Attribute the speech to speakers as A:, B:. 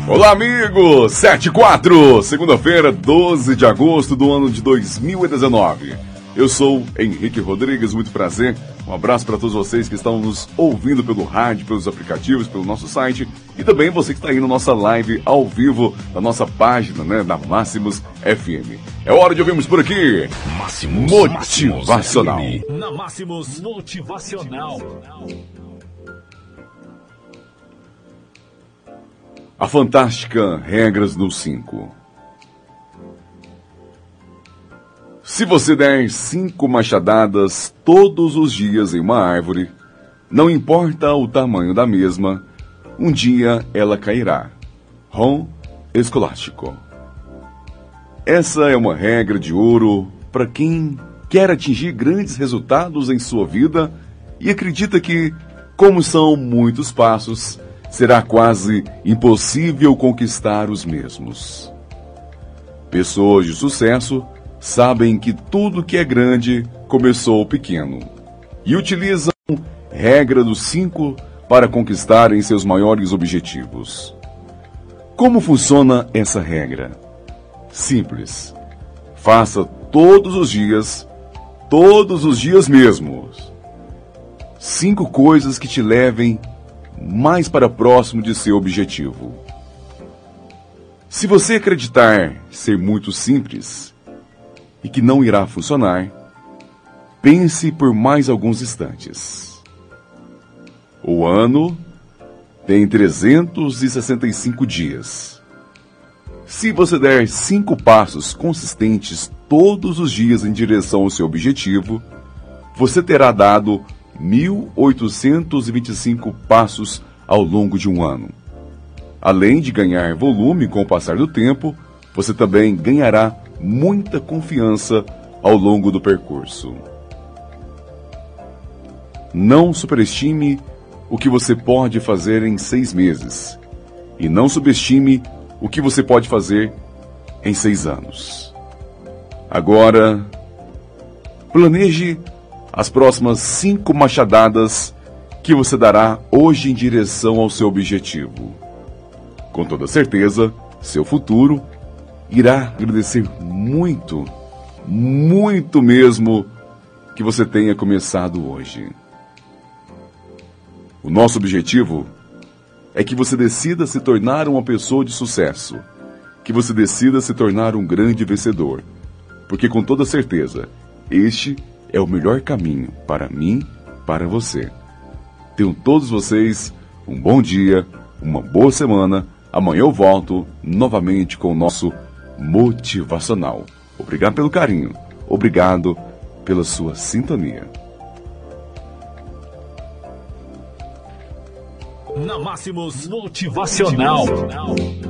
A: Olá, amigos! 7-4, segunda-feira, 12 de agosto do ano de 2019. Eu sou Henrique Rodrigues, muito prazer. Um abraço para todos vocês que estão nos ouvindo pelo rádio, pelos aplicativos, pelo nosso site e também você que está aí na nossa live ao vivo, na nossa página, né, da Máximos FM. É hora de ouvirmos por aqui
B: Máximos
A: Motivacional.
B: Na Máximos Motivacional.
A: A fantástica Regras do 5. Se você der 5 machadadas todos os dias em uma árvore, não importa o tamanho da mesma, um dia ela cairá. Ron Escolástico. Essa é uma regra de ouro para quem quer atingir grandes resultados em sua vida e acredita que, como são muitos passos, será quase impossível conquistar os mesmos. Pessoas de sucesso sabem que tudo que é grande começou pequeno e utilizam a regra dos 5 para conquistarem seus maiores objetivos. Como funciona essa regra? Simples. Faça todos os dias mesmo, 5 coisas que te levem mais para próximo de seu objetivo. Se você acreditar ser muito simples e que não irá funcionar, pense por mais alguns instantes. O ano tem 365 dias. Se você der 5 passos consistentes todos os dias em direção ao seu objetivo, você terá dado 1.825 passos ao longo de um ano. Além de ganhar volume com o passar do tempo, você também ganhará muita confiança ao longo do percurso. Não superestime o que você pode fazer em 6 meses e não subestime o que você pode fazer em 6 anos. Agora, planeje as próximas 5 machadadas que você dará hoje em direção ao seu objetivo. Com toda certeza, seu futuro irá agradecer muito, muito mesmo que você tenha começado hoje. O nosso objetivo é que você decida se tornar uma pessoa de sucesso, que você decida se tornar um grande vencedor, porque com toda certeza, este é o melhor caminho para mim, para você. Tenham todos vocês um bom dia, uma boa semana. Amanhã eu volto novamente com o nosso Motivacional. Obrigado pelo carinho, obrigado pela sua sintonia.
B: Na Máximos Motivacional.